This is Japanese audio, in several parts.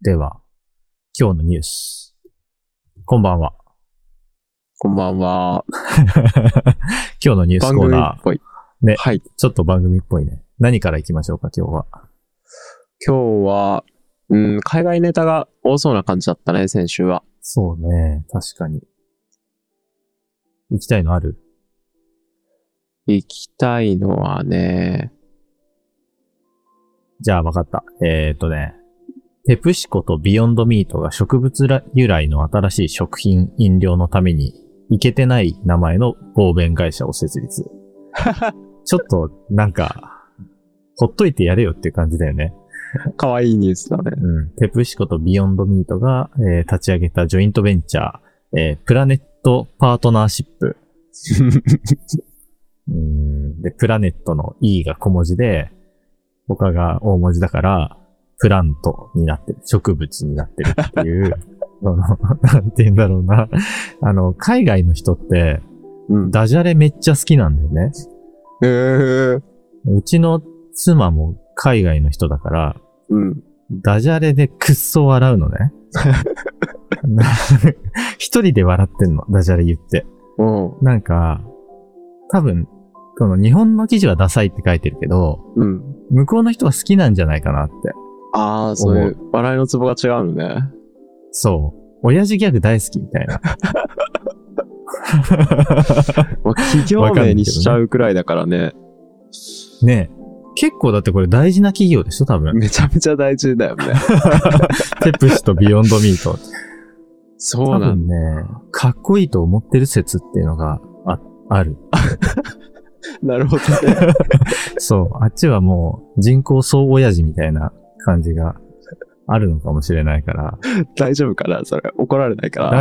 では、今日のニュース。こんばんは。 こんばんは。 今日のニュースコーナー。 番組っぽい。 ね。 はい。 ちょっと番組っぽいね。何から行きましょうか、今日は。 今日は、海外ネタが多そうな感じだったね、先週は。 そうね。確かに。行きたいのある？ 行きたいのはね、 じゃあ分かった。ペプシコとビヨンドミートが植物由来の新しい食品飲料のために、イケてない名前の合弁会社を設立。ちょっと、なんか、ほっといてやれよっていう感じだよね。 かわいいニュースだね。 ペプシコとビヨンドミートが、立ち上げたジョイントベンチャー、プラネットパートナーシップ。で、プラネットの E が小文字で、他が大文字だから、プラントになってる。植物になってるっていう、なんて言うんだろうな。海外の人って、ダジャレめっちゃ好きなんだよね。うちの妻も海外の人だから、ダジャレでくっそ笑うのね。一人で笑ってんの、ダジャレ言って。なんか、多分、この日本の記事はダサいって書いてるけど、向こうの人は好きなんじゃないかなって。 ああ、そういう笑いのツボが違うのね。 そう。親父ギャグ大好きみたいな。 企業名にしちゃうくらいだからね。 ねえ。結構だってこれ大事な企業でしょ多分。 めちゃめちゃ大事だよね。 ペプシとビヨンドミート。 そうなんね。かっこいいと思ってる説っていうのがある。 なるほどね。 そう。あっちはもう人口総親父みたいな感じがあるのかもしれないから。 大丈夫かなそれ。怒られないかな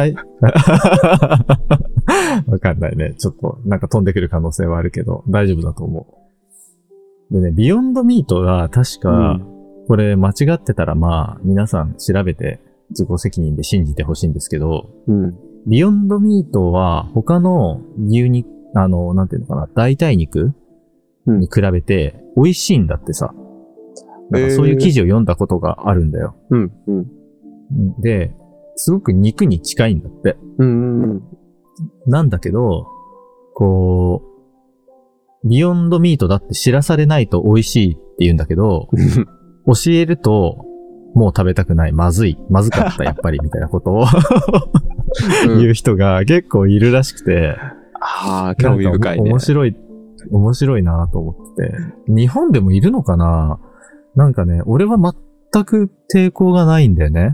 わかんないね。ちょっとなんか飛んでくる可能性はあるけど、大丈夫だと思う。でね、ビヨンドミートが確か、これ間違ってたらまあ皆さん調べて自己責任で信じてほしいんですけど、ビヨンドミートは他の牛肉、なんていうのかな、代替肉に比べて美味しいんだってさ。なんかそういう記事を読んだことがあるんだよ。で、すごく肉に近いんだって。なんだけど、こう、ビヨンドミートだって知らされないと美味しいって言うんだけど、教えると、もう食べたくない、まずかった、やっぱり、みたいなことを言う人が結構いるらしくて、 興味深いね。 面白いなと思ってて。日本でもいるのかな？なんかね、俺は全く抵抗がないんだよね。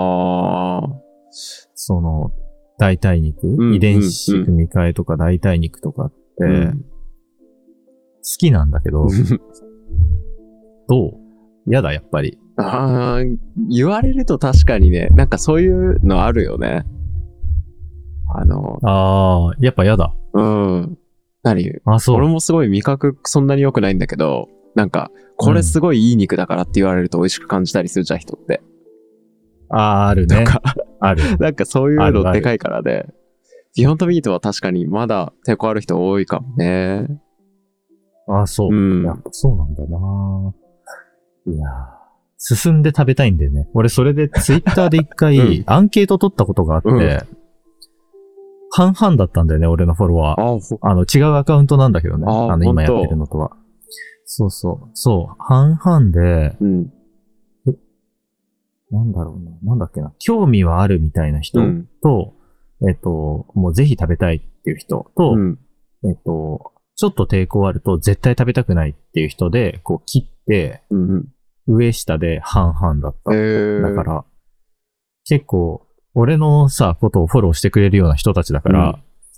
その、代替肉、遺伝子組み換えとか代替肉とかって、好きなんだけど、どう？やだ、やっぱり。 言われると確かにね、なんかそういうのあるよね。 やっぱやだ。 俺もすごい味覚そんなに良くないんだけど、なんか、これすごいいい肉だからって言われると美味しく感じたりするじゃん、人って。 あるね。ある。 なんかそういうのでかいからね。ビヨンドミートは確かにまだ抵抗ある人多いかもね。 そう。やっぱそうなんだな。いや進んで食べたいんだよね。俺それでツイッターで一回アンケート取ったことがあって、半々だったんだよね、俺のフォロワー。違うアカウントなんだけどね。今やってるのとは。そう。半々で、なんだろうな。なんだっけな。興味はあるみたいな人と、もうぜひ食べたいっていう人と、ちょっと抵抗あると絶対食べたくないっていう人で、こう切って、上下で半々だった。だから、結構、俺のさ、ことをフォローしてくれるような人たちだから、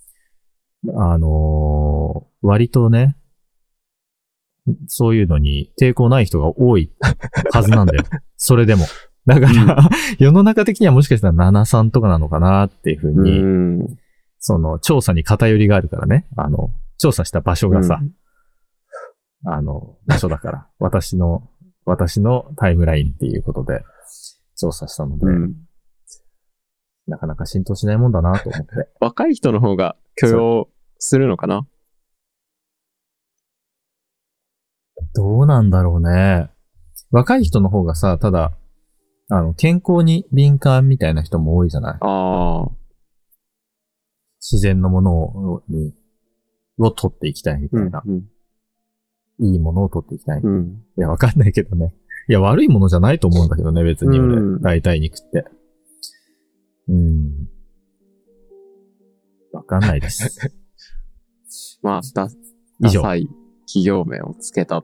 割とね、そういうのに抵抗ない人が多いはずなんだよ。それでも。だから、世の中的にはもしかしたら7-3とかなのかなっていうふうに、その調査に偏りがあるからね。調査した場所がさ、場所だから、私のタイムラインっていうことで調査したので、なかなか浸透しないもんだなと思って。 若い人の方が許容するのかな？ どうなんだろうね。若い人の方がさ、ただ、 健康に敏感みたいな人も多いじゃない。 ああ。 自然のものを取っていきたいみたいな。いいものを取っていきたい。いや、わかんないけどね。いや、悪いものじゃないと思うんだけどね、別に俺。代替肉って。わかんないです。 まあ、ダサい企業名をつけた。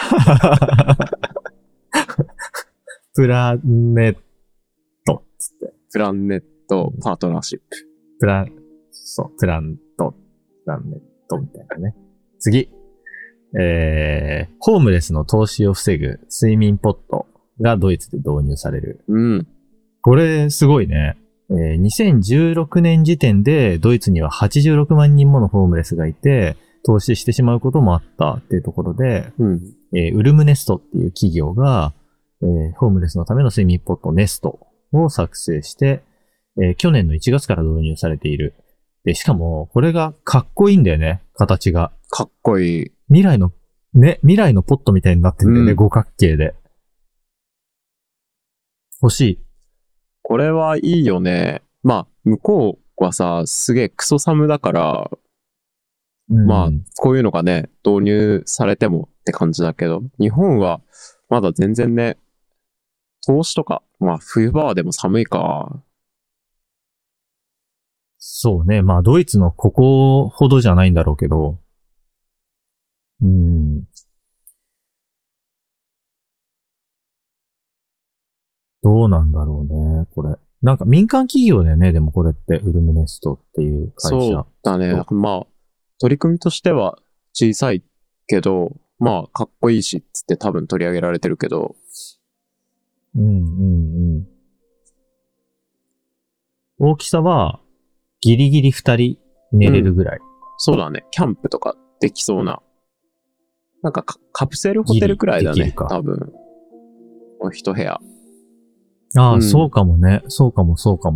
プラネットつって。 プラネットパートナーシップ。 プラネットみたいなね。次。ホームレスの投資を防ぐ睡眠ポットがドイツで導入される。これすごいね。2016年時点でドイツには86万人ものホームレスがいて、投資してしまうこともあったっていうところで、ウルムネストっていう企業が、ホームレスのための睡眠ポットネストを作成して、去年の1月から導入されている。で、しかも、これがかっこいいんだよね、形が。 かっこいい。 未来のポットみたいになってるんだよね、五角形で。欲しい。 これはいいよね。まあ、向こうはさ、すげえクソ寒だから、まあ、こういうのがね、導入されてもって感じだけど、日本はまだ全然ね、投資とか、まあ、冬場はでも寒いか。 そうね。まあ、ドイツのここほどじゃないんだろうけど。どうなんだろうね、これ。なんか民間企業だよね、でもこれって、ウルムネストっていう会社。 そうだね。まあ、取り組みとしては小さいけど、まあ、かっこいいし、つって多分取り上げられてるけど。 大きさは、ギリギリ2人寝れるぐらい。 そうだね。キャンプとかできそうな。なんかカプセルホテルくらいだね。多分。一部屋。 そうかもね。そうかも。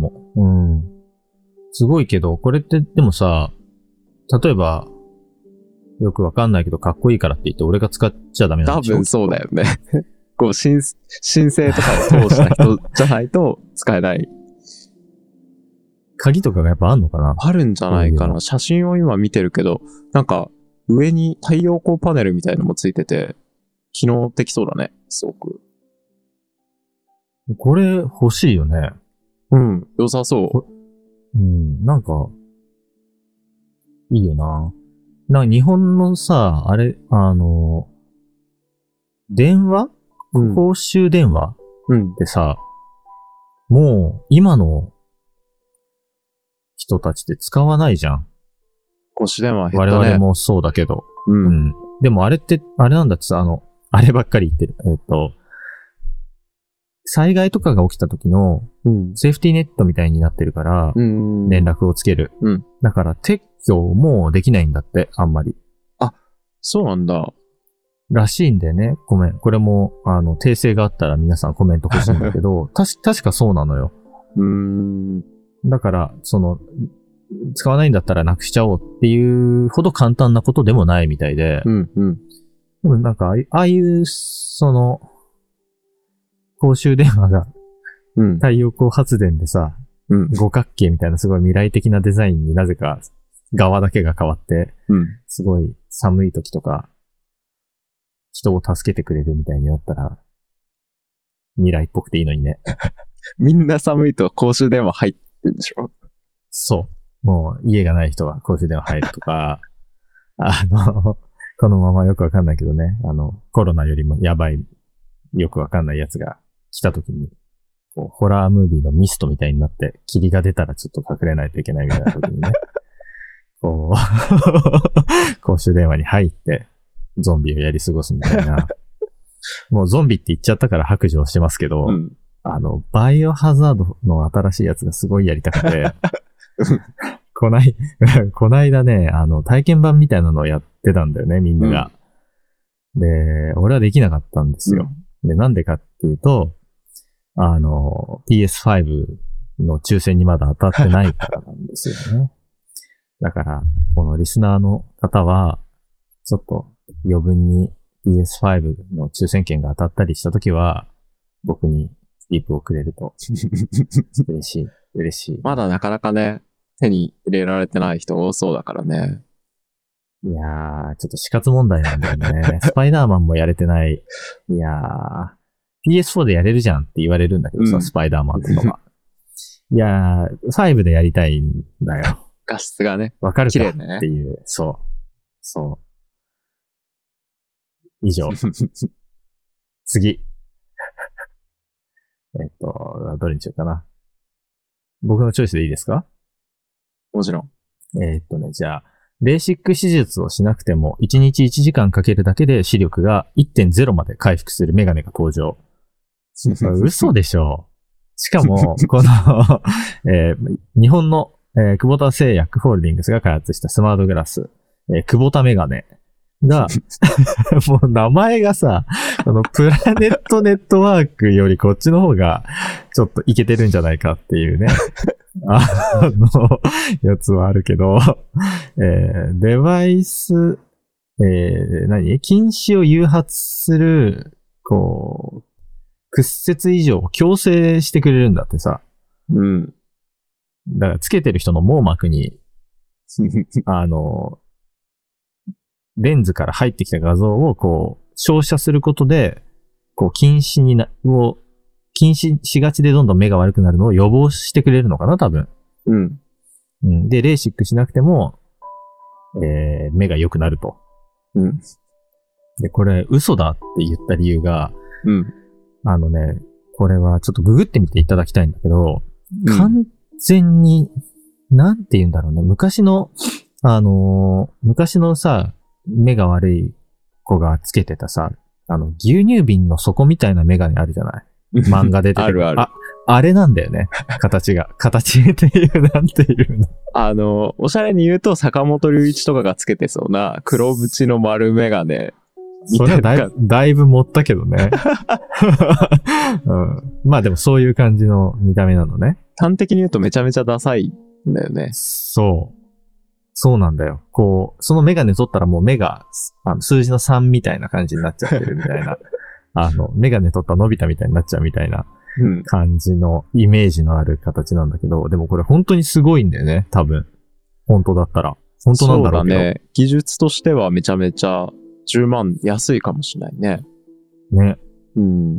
すごいけど、これってでもさ、例えば、よくわかんないけど、かっこいいからって言って俺が使っちゃダメなんでしょ？ 多分そうだよね。こう、申請とかを通した人じゃないと使えない。 鍵とかがやっぱあんのかな？ あるんじゃないかな。写真を今見てるけど、なんか、上に太陽光パネルみたいのもついてて、機能的そうだね。すごく。 これ欲しいよね。 良さそう。 なんか、いいよな。なんか日本のさ、あれ、電話？公衆電話ってさ、もう今の人たちって使わないじゃん。 公衆電話減ったね。 我々もそうだけど。でもあれって、あれなんだってさ、あればっかり言ってる。災害とかが起きた時の、セーフティーネットみたいになってるから、連絡をつける。だから撤去もできないんだって、あんまり。 あ、そうなんだ。 らしいんだよね。ごめん。これも、訂正があったら皆さんコメント欲しいんだけど、確かそうなのよ。だから、使わないんだったらなくしちゃおうっていうほど簡単なことでもないみたいで。でもなんか、ああいう、公衆電話が、太陽光発電でさ、五角形みたいなすごい未来的なデザインになぜか側だけが変わって、すごい寒い時とか、人を助けてくれるみたいになったら、未来っぽくていいのにね。 みんな寒いと公衆電話入ってるんでしょ？ そう。もう家がない人は公衆電話入るとか、このままよくわかんないけどね、コロナよりもやばい、よくわかんないやつが来た時に、こう、ホラームービーのミストみたいになって、霧が出たらちょっと隠れないといけないみたいな時にね、こう、公衆電話に入って、ゾンビをやり過ごすみたいな。もうゾンビって言っちゃったから白状してますけど、バイオハザードの新しいやつがすごいやりたくて、こないだね、体験版みたいなのをやってたんだよね、みんなが。で、俺はできなかったんですよ。で、なんでかっていうと、PS5 の抽選にまだ当たってないからなんですよね。だから、このリスナーの方は、ちょっと余分に PS5 の抽選券が当たったりしたときは、僕にスリープをくれると。嬉しい。嬉しい。 まだなかなかね、手に入れられてない人多そうだからね。 いやー、ちょっと死活問題なんだよね。スパイダーマンもやれてない。いやー、PS4 でやれるじゃんって言われるんだけどさ、スパイダーマンとかは。いやー、5でやりたいんだよ。 画質がね。 わかるか綺麗ねっていう。そう。そう。以上。次。どれにしようかな。僕のチョイスでいいですか？ もちろん。 じゃあ、レーシック手術をしなくても、1日1時間かけるだけで視力が 1.0 まで回復するメガネが登場。嘘でしょ。しかも、この、日本の、久保田製薬ホールディングスが開発したスマートグラス、久保田メガネが、もう名前がさ、プラネットネットワークよりこっちの方が、ちょっとイケてるんじゃないかっていうね。やつはあるけど、デバイス、近視を誘発する、こう、屈折異常を矯正してくれるんだってさ。 うん。 だからつけてる人の網膜に、レンズから入ってきた画像をこう、照射することで、こう、近視しがちでどんどん目が悪くなるのを予防してくれるのかな、多分。 うん。 うん。で、レーシックしなくても、目が良くなると。 うん。 で、これ、嘘だって言った理由が、 うん。 これはちょっとググってみていただきたいんだけど、 うん完全に、なんて言うんだろうね。昔のさ、目が悪い子がつけてたさ、牛乳瓶の底みたいなメガネあるじゃない？漫画で出てくる。 ある。 あれなんだよね。形が。形っていう、なんていうの。 おしゃれに言うと坂本龍一とかがつけてそうな黒縁の丸メガネ。 それはだいぶ持ったけどね。うん。まあでもそういう感じの見た目なのね。 端的に言うとめちゃめちゃダサいんだよね。 そうなんだよ。こう、そのメガネ取ったらもう目が、数字の3みたいな感じになっちゃってるみたいな。メガネ取ったら伸びたみたいになっちゃうみたいな感じのイメージのある形なんだけど、でもこれ本当にすごいんだよね、多分。本当だったら。本当なんだろうけど。 そうだね。技術としてはめちゃめちゃ10万安いかもしれないね。 ね。 うん。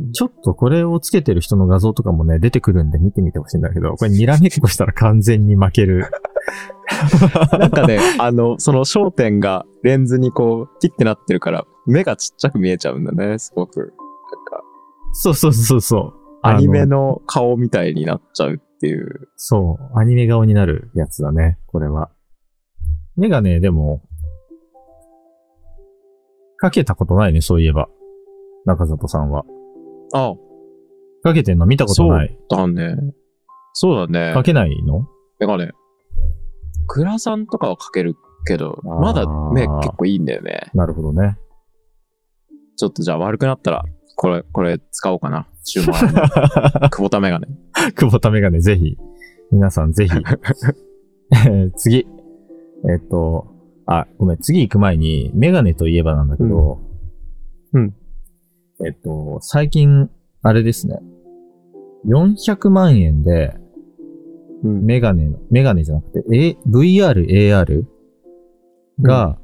ちょっとこれをつけてる人の画像とかもね、出てくるんで見てみてほしいんだけど、これにらめっこしたら完全に負ける。 なんかね、その焦点がレンズにこう、キッてなってるから、目がちっちゃく見えちゃうんだね、すごく。なんか。 そう。 アニメの顔みたいになっちゃうっていう。 そう。アニメ顔になるやつだね、これは。メガネ、でも、かけたことないね、そういえば。中里さんは。 ああ。 かけてんの見たことない。 そうだね。 かけないの？ メガネ。グラサンとかはかけるけど、まだ目結構いいんだよね。 なるほどね。 ちょっとじゃあ悪くなったら、これ使おうかな。10万円の。久保田メガネ。 久保田メガネ、ぜひ。皆さんぜひ。次。ごめん、次行く前に、メガネといえばなんだけど、 うん。 最近、あれですね。400万円で、メガネじゃなくて、VR、AR が、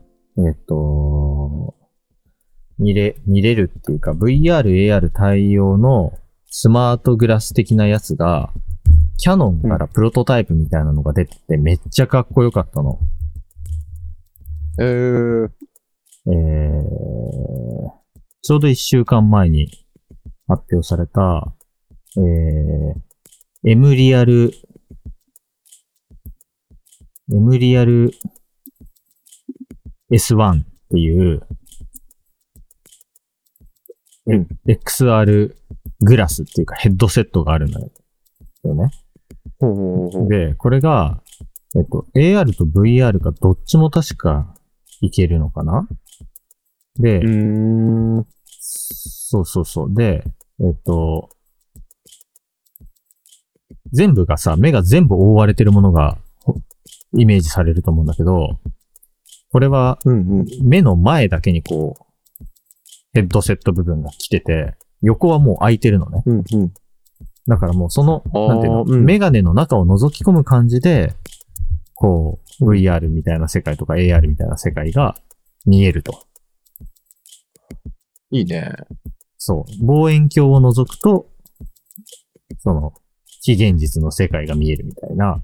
見れるっていうか、VR、AR 対応のスマートグラス的なやつが、キャノンからプロトタイプみたいなのが出てて、めっちゃかっこよかったの。ちょうど1週間前に発表された、エムリアル S1 っていう、XR グラスっていうかヘッドセットがあるんだよね。で、これが、AR と VR がどっちも確かいけるのかな？で、そう。で、全部がさ、目が全部覆われてるものがイメージされると思うんだけど、これは、目の前だけにこう、ヘッドセット部分が来てて、横はもう空いてるのね。 だからもうその、なんていうの、 うんメガネの中を覗き込む感じで、こう、VR みたいな世界とか AR みたいな世界が見えると。 いいね。 そう。望遠鏡を覗くと、その、非現実の世界が見えるみたいな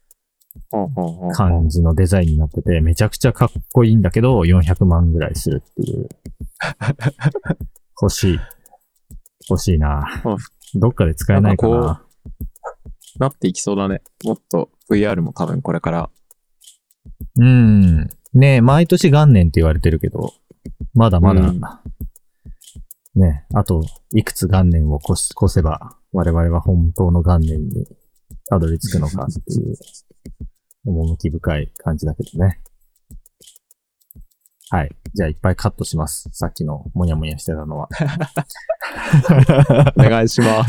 感じのデザインになってて、めちゃくちゃかっこいいんだけど、400万ぐらいするっていう。欲しい。欲しいな。どっかで使えないかな。 なっていきそうだね。もっと VR も多分これから。 ねえ、毎年元年って言われてるけど、まだまだ、ね、あと、いくつ元年を越せば、我々は本当の元年にたどり着くのかっていう、趣深い感じだけどね。はい。じゃあいっぱいカットします。さっきのもやもやしてたのは。 お願いします。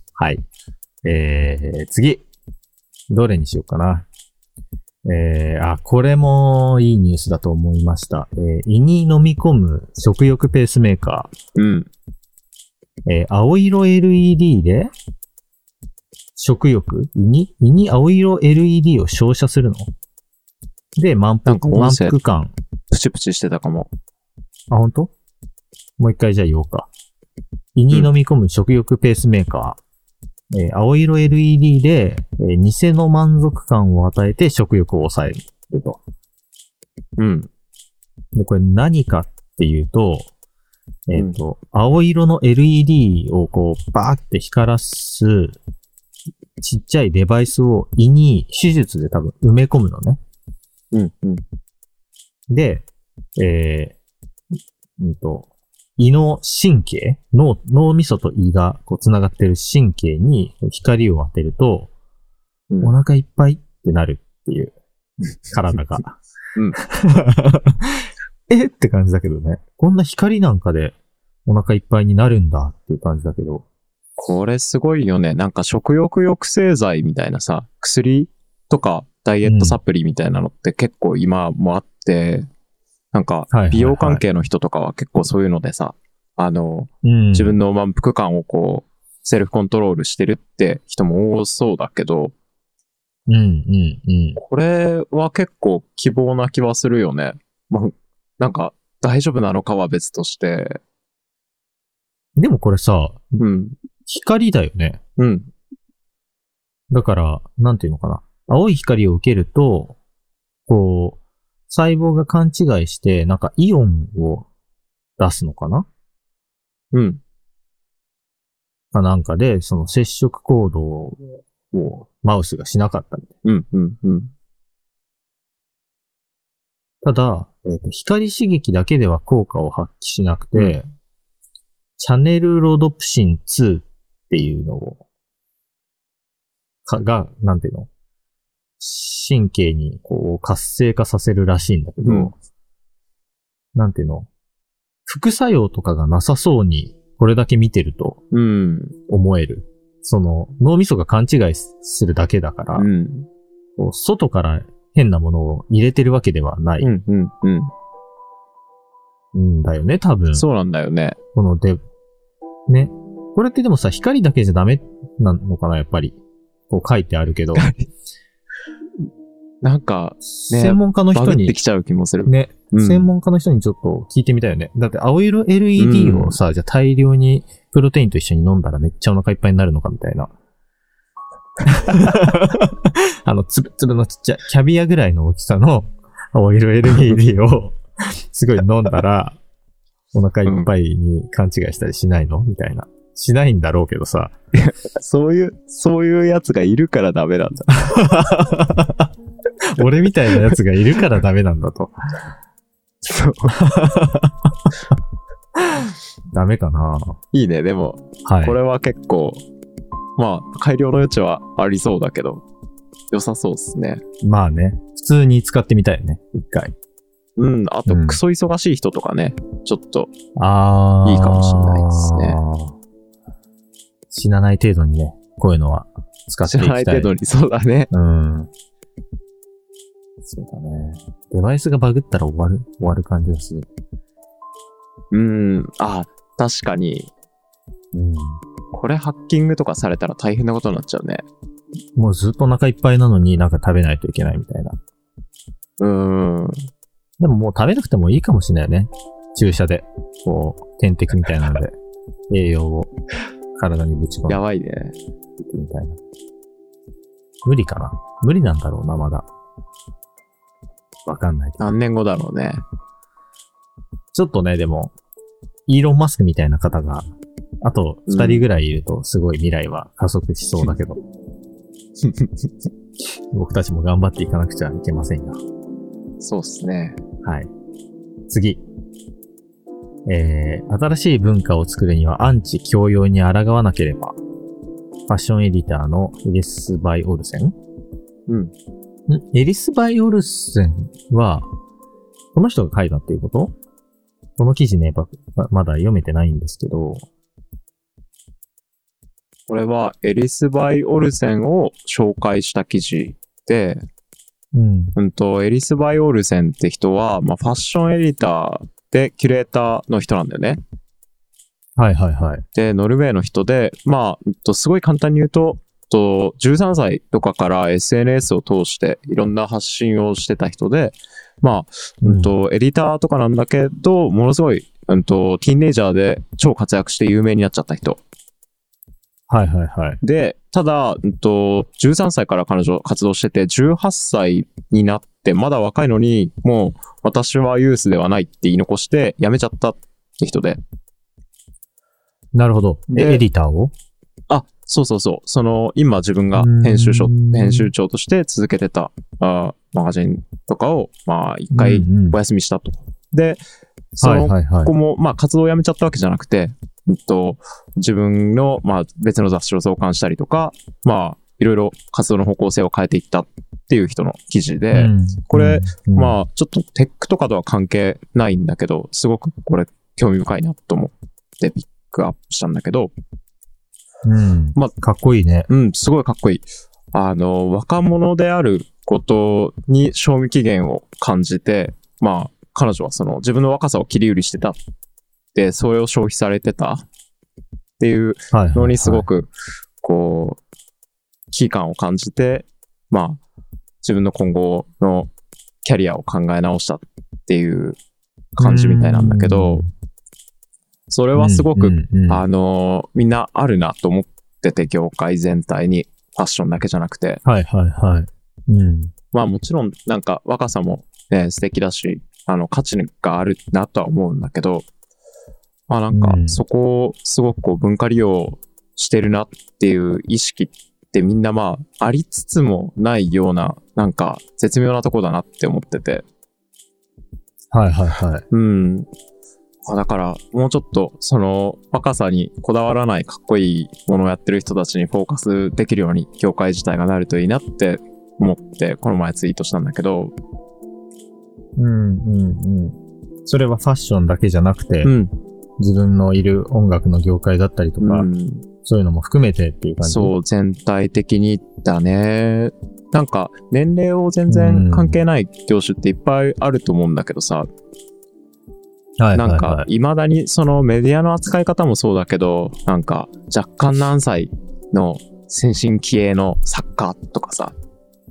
はい。次。どれにしようかな。これもいいニュースだと思いました。胃に飲み込む食欲ペースメーカー。 青色 LED で食欲胃に青色 LED を照射するので、満腹感。 プチプチしてたかも。 あ、本当？もう一回じゃあ言おうか。胃に飲み込む食欲ペースメーカー。青色 LED で、偽の満足感を与えて食欲を抑えると。で、これ何かっていうと、青色の LED をこう、バーって光らす、ちっちゃいデバイスを胃に手術で多分埋め込むのね。で、胃の神経、脳みそと胃がこう繋がってる神経に光を当てると、お腹いっぱいってなるっていう、体が。って感じだけどね。こんな光なんかでお腹いっぱいになるんだっていう感じだけど。 これすごいよね。なんか食欲抑制剤みたいなさ、薬とかダイエットサプリみたいなのって結構今もあって、なんか美容関係の人とかは結構そういうのでさ、自分の満腹感をこう、セルフコントロールしてるって人も多そうだけど、これは結構希望な気はするよね。なんか大丈夫なのかは別として。 でもこれさ、光だよね。だから、なんていうのかな。青い光を受けると、こう、細胞が勘違いして、なんかイオンを出すのかな？かなんかで、その接触行動をマウスがしなかったみたいな。ただ、光刺激だけでは効果を発揮しなくて、チャネルロドプシン2っていうのを、なんていうの？神経にこう活性化させるらしいんだけど、なんていうの？副作用とかがなさそうにこれだけ見てると思える。その脳みそが勘違いするだけだから、こう外から変なものを入れてるわけではない。だよね、多分。 そうなんだよね。 ね。これってでもさ、光だけじゃダメなのかな、やっぱり。こう書いてあるけど。 なんか、ね、 専門家の人に。 バグってきちゃう気もする。 ね。専門家の人にちょっと聞いてみたいよね。だって青色 LED をさ、じゃあ大量にプロテインと一緒に飲んだらめっちゃお腹いっぱいになるのかみたいな。つるつるのちっちゃい、キャビアぐらいの大きさの青色 LED をすごい飲んだら、お腹いっぱいに勘違いしたりしないのみたいな。しないんだろうけどさ。 そういうやつがいるからダメなんだ。 俺みたいなやつがいるからダメなんだと。 そう。 ダメかな。 いいね、でも、これは結構、まあ、改良の余地はありそうだけど、良さそうですね。 まあね、普通に使ってみたいね、一回。 あと、クソ忙しい人とかね、ちょっと、いいかもしれないですね。 死なない程度にね、こういうのは使っていきたい。 死なない程度に、そうだね。 そうだね。デバイスがバグったら終わる感じがする。 確かに。 これハッキングとかされたら大変なことになっちゃうね。 もうずっとお腹いっぱいなのになんか食べないといけないみたいな。でももう食べなくてもいいかもしれないよね。注射で。こう、点滴みたいなので、栄養を体にぶち込んで。 やばいね。 みたいな。無理かな。無理なんだろうな、まだ。わかんないけど。 何年後だろうね。 ちょっとね、でも、イーロン・マスクみたいな方が、あと2人ぐらいいるとすごい未来は加速しそうだけど。僕たちも頑張っていかなくちゃいけませんが。 そうっすね。 はい。次。新しい文化を作るにはアンチ教養に抗わなければ。ファッションエディターのエリス・バイ・オルセン。エリス・バイ・オルセンは、この人が書いたっていうこと？この記事ね、まだ読めてないんですけど。 これはエリス・バイ・オルセンを紹介した記事で、エリス・バイ・オルセンって人は、ファッションエディターでキュレーターの人なんだよね。 はいはいはい。 で、ノルウェーの人で、すごい簡単に言うと、13歳とかから SNS を通していろんな発信をしてた人で、エディターとかなんだけど、ものすごい、ティーンエイジャーで超活躍して有名になっちゃった人。 はいはいはい。 で、ただ、13歳から彼女活動してて、18歳になって、まだ若いのに、もう私はユースではないって言い残して辞めちゃったって人で。 なるほど。エディターを？ そう。今自分が編集長として続けてたマガジンとかを、一回お休みしたと。で、ここも、活動をやめちゃったわけじゃなくて、自分の、別の雑誌を創刊したりとか、いろいろ活動の方向性を変えていったっていう人の記事で、これ、ちょっとテックとかとは関係ないんだけど、すごくこれ興味深いなと思ってピックアップしたんだけど、 かっこいいね。 すごいかっこいい。若者であることに賞味期限を感じて、彼女は自分の若さを切り売りしてた。で、それを消費されてたっていうのにすごく、危機感を感じて、自分の今後のキャリアを考え直したっていう感じみたいなんだけど、それはすごく、みんなあるなと思ってて、業界全体に、ファッションだけじゃなくて。もちろん、若さもね、素敵だし、価値があるなとは思うんだけど、そこをすごく文化利用してるなっていう意識ってみんなありつつもないような、絶妙なとこだなって思ってて。だから、もうちょっと、若さにこだわらないかっこいいものをやってる人たちにフォーカスできるように、業界自体がなるといいなって思って、この前ツイートしたんだけど。 それはファッションだけじゃなくて、自分のいる音楽の業界だったりとか、そういうのも含めてっていう感じ。 そう、全体的にだね。年齢を全然関係ない業種っていっぱいあると思うんだけどさ、未だにメディアの扱い方もそうだけど、若干何歳の先進気鋭の作家とかさ、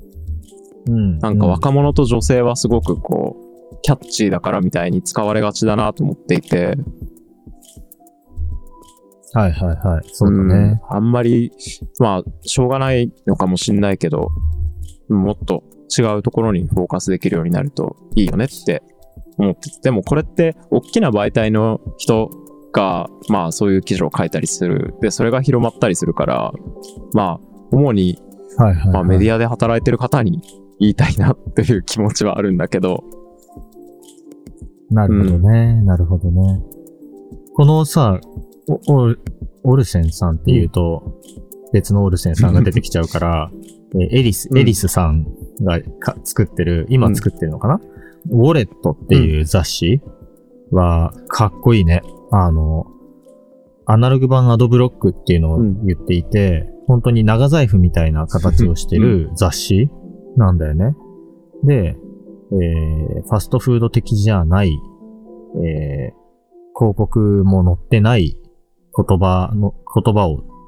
若者と女性はすごくキャッチーだからみたいに使われがちだなと思っていて、 そうだね。 あんまり、しょうがないのかもしんないけど、もっと違うところにフォーカスできるようになるといいよねって思ってて、でもこれって大きな媒体の人がそういう記事を書いたりする。で、それが広まったりするから、主に、メディアで働いてる方に言いたいなっていう気持ちはあるんだけど。 なるほどね。なるほどね。このさ、オルセンさんっていうと、別のオルセンさんが出てきちゃうから、エリスさんが作ってる、今作ってるのかな、ウォレットっていう雑誌はかっこいいね。アナログ版アドブロックっていうのを言っていて、本当に長財布みたいな形をしてる雑誌なんだよね。で、ファストフード的じゃない、広告も載ってない言葉を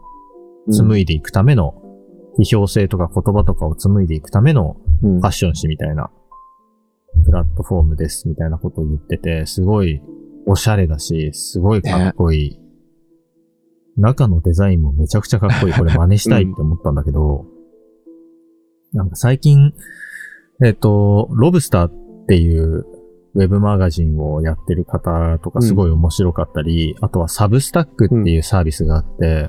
紡いでいくための、批評性とか言葉とかを紡いでいくためのファッション誌みたいな、プラットフォームですみたいなことを言ってて、すごいおしゃれだし、すごいかっこいい。中のデザインもめちゃくちゃかっこいい。これ真似したいって思ったんだけど、なんか最近、ロブスターっていうウェブマガジンをやってる方とかすごい面白かったり、あとはサブスタックっていうサービスがあって、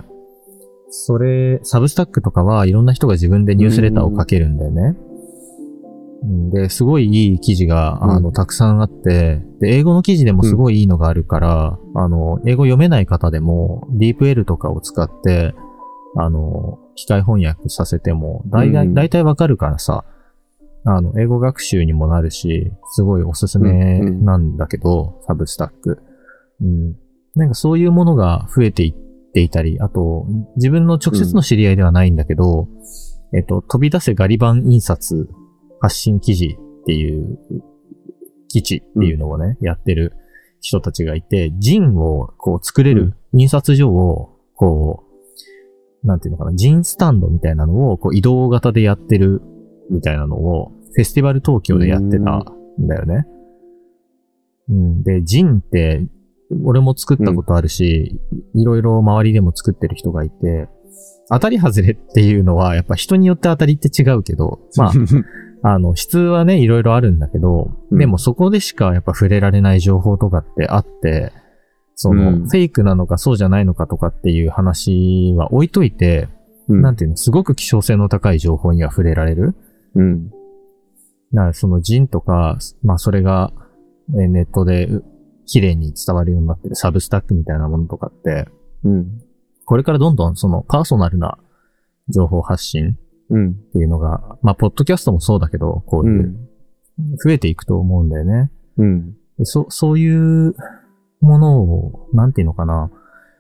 サブスタックとかはいろんな人が自分でニュースレターを書けるんだよね。で、すごいいい記事が、たくさんあって、で、英語の記事でもすごいいいのがあるから、英語読めない方でも、DeepL とかを使って、機械翻訳させても、大体わかるからさ、英語学習にもなるし、すごいおすすめなんだけど、サブスタック。なんかそういうものが増えていっていたり、あと、自分の直接の知り合いではないんだけど、飛び出せガリ版印刷発信記事っていう記事っていうのをね、やってる人たちがいて、ジンをこう作れる印刷所を、こう、なんていうのかな、ジンスタンドみたいなのをこう移動型でやってるみたいなのをフェスティバル東京でやってたんだよね。で、ジンって俺も作ったことあるし、いろいろ周りでも作ってる人がいて、当たり外れっていうのはやっぱ人によって当たりって違うけど、まあ、質はね、いろいろあるんだけど、でもそこでしかやっぱ触れられない情報とかってあって、フェイクなのかそうじゃないのかとかっていう話は置いといて、なんていうの、すごく希少性の高い情報には触れられる。だからそのジンとか、まあそれがネットで綺麗に伝わるようになってるサブスタックみたいなものとかって、これからどんどんそのパーソナルな情報発信っていうのが、まあポッドキャストもそうだけど、こういう、増えていくと思うんだよね。そういうものを、なんていうのかな、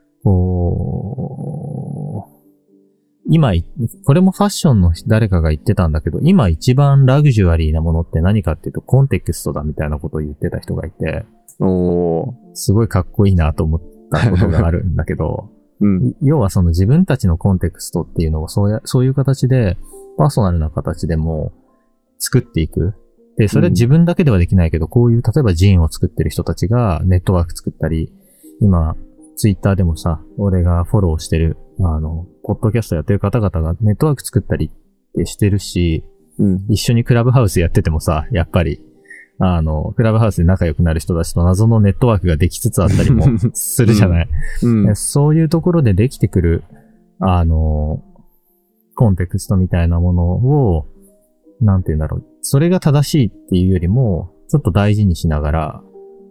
こう、今、これもファッションの誰かが言ってたんだけど、今一番ラグジュアリーなものって何かっていうとコンテクストだみたいなことを言ってた人がいて、すごいかっこいいなと思ったことがあるんだけど、要はその自分たちのコンテクストっていうのをそういう形で、パーソナルな形でも作っていく。で、それは自分だけではできないけど、こういう、例えばジーンを作ってる人たちがネットワーク作ったり、今、ツイッターでもさ、俺がフォローしてる、ポッドキャストやってる方々がネットワーク作ったりってしてるし、一緒にクラブハウスやっててもさ、やっぱり、クラブハウスで仲良くなる人たちと謎のネットワークができつつあったりもするじゃない、そういうところでできてくる、コンテクストみたいなものを、なんて言うんだろう。それが正しいっていうよりも、ちょっと大事にしながら、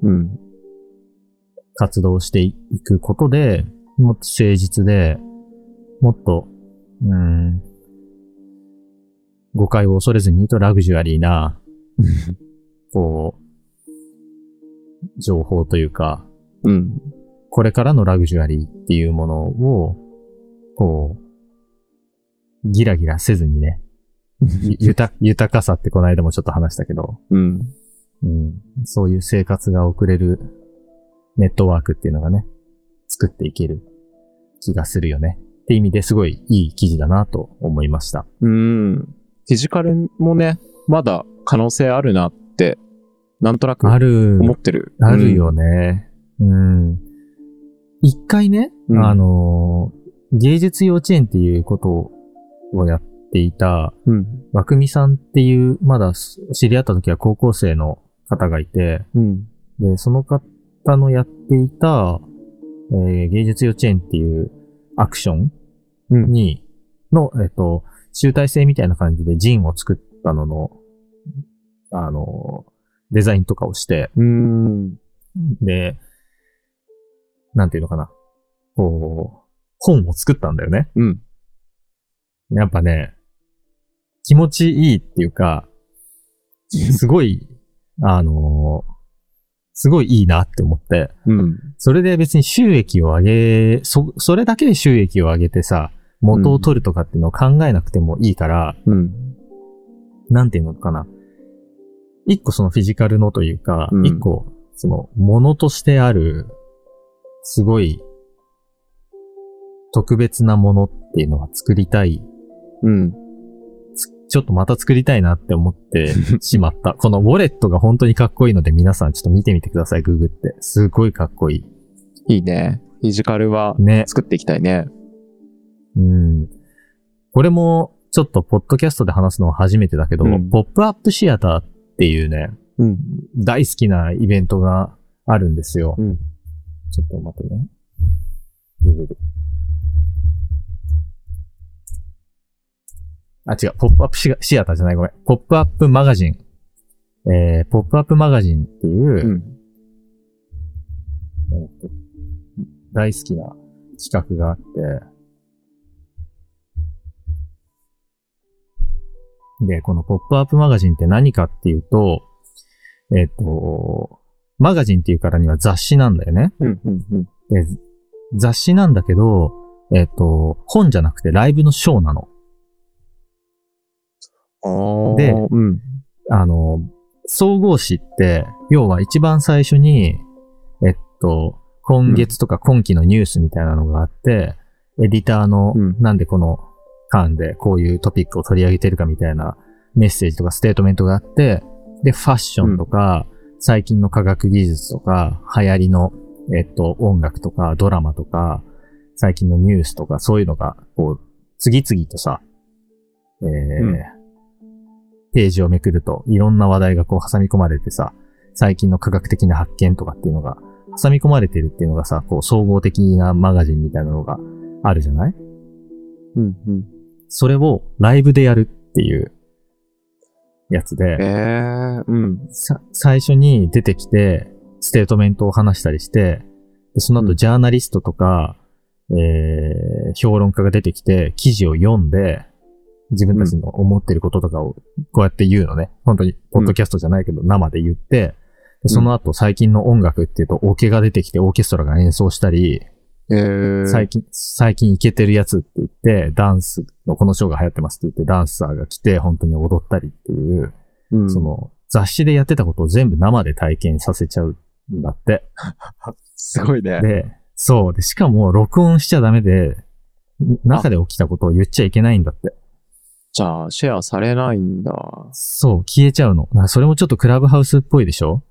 活動していくことで、もっと誠実で、もっと、誤解を恐れずに言うとラグジュアリーな、こう、情報というか、これからのラグジュアリーっていうものを、こう、ギラギラせずにね、豊かさってこの間もちょっと話したけど、そういう生活が送れるネットワークっていうのがね、作っていける気がするよね。って意味ですごいいい記事だなと思いました。 フィジカルもね、まだ可能性あるなって、なんとなく思ってる。 あるよね。一回ね、芸術幼稚園っていうことをやっていた、和久美さんっていう、まだ知り合った時は高校生の方がいて、で、その方のやっていた、芸術幼稚園っていうアクションに、集大成みたいな感じでジンを作ったのの、デザインとかをして、で、なんていうのかな、こう、本を作ったんだよね。やっぱね、気持ちいいっていうか、すごい、すごいいいなって思って、それで別に収益を上げ、それだけで収益を上げてさ、元を取るとかっていうのを考えなくてもいいから、なんていうのかな。一個そのフィジカルのというか、一個そのものとしてある、すごい特別なものっていうのは作りたい。 うん。 ちょっとまた作りたいなって思ってしまった。このウォレットが本当にかっこいいので皆さんちょっと見てみてください、ググって。すごいかっこいい。 いいね。フィジカルは作っていきたいね。 うん。これもちょっとポッドキャストで話すのは初めてだけど、ポップアップシアターっていうね、大好きなイベントがあるんですよ。ちょっと待ってね。あ、違う。ポップアップシアターじゃない。ごめん。ポップアップマガジン。ポップアップマガジンっていう、大好きな企画があって、で、このポップアップマガジンって何かっていうと、マガジンっていうからには雑誌なんだよね。で雑誌なんだけど、本じゃなくてライブのショーなの。で、総合誌って、要は一番最初に、今月とか今期のニュースみたいなのがあって、エディターの、なんでこの間でこういうトピックを取り上げてるかみたいなメッセージとかステートメントがあって、で、ファッションとか、最近の科学技術とか、流行りの、音楽とか、ドラマとか、最近のニュースとか、そういうのが、こう、次々とさ、ページをめくると、いろんな話題がこう挟み込まれてさ、最近の科学的な発見とかっていうのが、挟み込まれてるっていうのがさ、こう、総合的なマガジンみたいなのがあるじゃない？それをライブでやるっていうやつで、最初に出てきて、ステートメントを話したりして、でその後ジャーナリストとか、評論家が出てきて、記事を読んで、自分たちの思ってることとかをこうやって言うのね。本当に、ポッドキャストじゃないけど、生で言って、でその後最近の音楽っていうと、オケが出てきてオーケストラが演奏したり、最近イケてるやつって言って、ダンスのこのショーが流行ってますって言って、ダンサーが来て本当に踊ったりっていう、その雑誌でやってたことを全部生で体験させちゃうんだって。 すごいね。 で、そう。で、しかも録音しちゃダメで、中で起きたことを言っちゃいけないんだって。 じゃあ、シェアされないんだ。 そう、消えちゃうの。それもちょっとクラブハウスっぽいでしょ？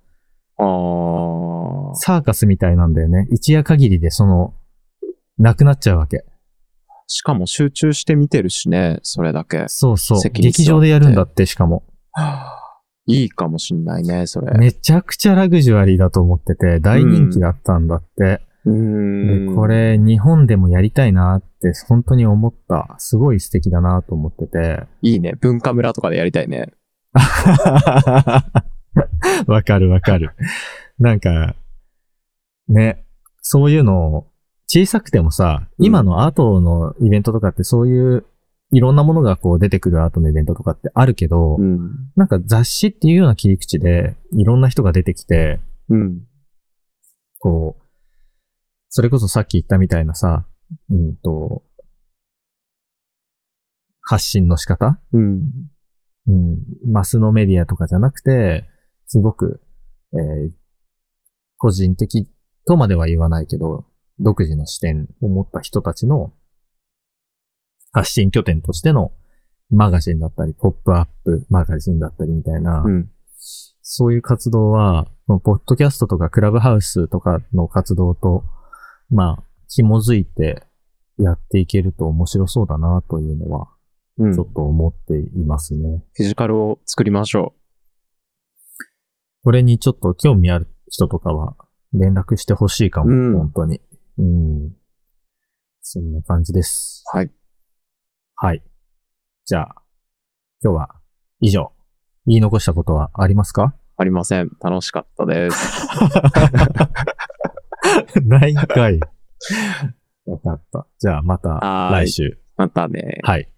サーカスみたいなんだよね。一夜限りでなくなっちゃうわけ。 しかも集中して見てるしね、それだけ。 そうそう。劇場でやるんだって、しかも。 いいかもしんないね、それ。 めちゃくちゃラグジュアリーだと思ってて、大人気だったんだって。で、これ、日本でもやりたいなって、本当に思った。すごい素敵だなと思ってて。 いいね。文化村とかでやりたいね。 わかるわかる。なんか、ね、そういうのを、小さくてもさ、今のアートのイベントとかってそういういろんなものがこう出てくるアートのイベントとかってあるけど、なんか雑誌っていうような切り口でいろんな人が出てきて、こう、それこそさっき言ったみたいなさ、発信の仕方、マスのメディアとかじゃなくて、すごく、個人的とまでは言わないけど、独自の視点を持った人たちの発信拠点としてのマガジンだったり、ポップアップマガジンだったりみたいな、そういう活動は、ポッドキャストとかクラブハウスとかの活動と、紐づいてやっていけると面白そうだなというのは、ちょっと思っていますね。 フィジカルを作りましょう。これにちょっと興味ある人とかは連絡してほしいかも、本当に。そんな感じです。 はい。 はい。じゃあ、今日は以上。言い残したことはありますか？ ありません。楽しかったです。 ないんかい。わかった。じゃあまた来週。 またね。 はい。